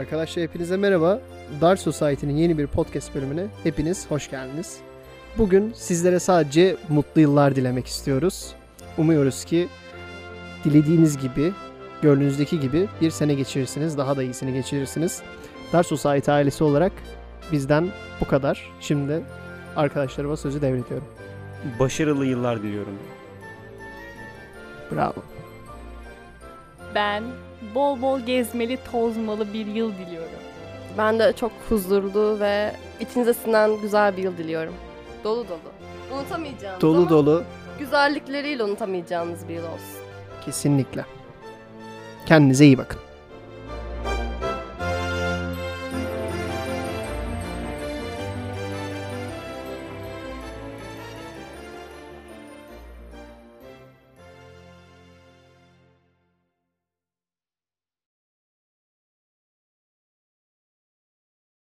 Arkadaşlar hepinize merhaba. Dar Society'nin yeni bir podcast bölümüne hepiniz hoş geldiniz. Bugün sizlere sadece mutlu yıllar dilemek istiyoruz. Umuyoruz ki dilediğiniz gibi, gönlünüzdeki gibi bir sene geçirirsiniz, daha da iyisini geçirirsiniz. Dar Society ailesi olarak bizden bu kadar. Şimdi arkadaşlarıma sözü devrediyorum. Başarılı yıllar diliyorum. Bravo. Ben bol bol gezmeli, tozmalı bir yıl diliyorum. Ben de çok huzurlu ve içinize sinen güzel bir yıl diliyorum. Dolu dolu. Unutamayacağınız Dolu ama dolu. güzellikleriyle unutamayacağınız bir yıl olsun. Kesinlikle. Kendinize iyi bakın.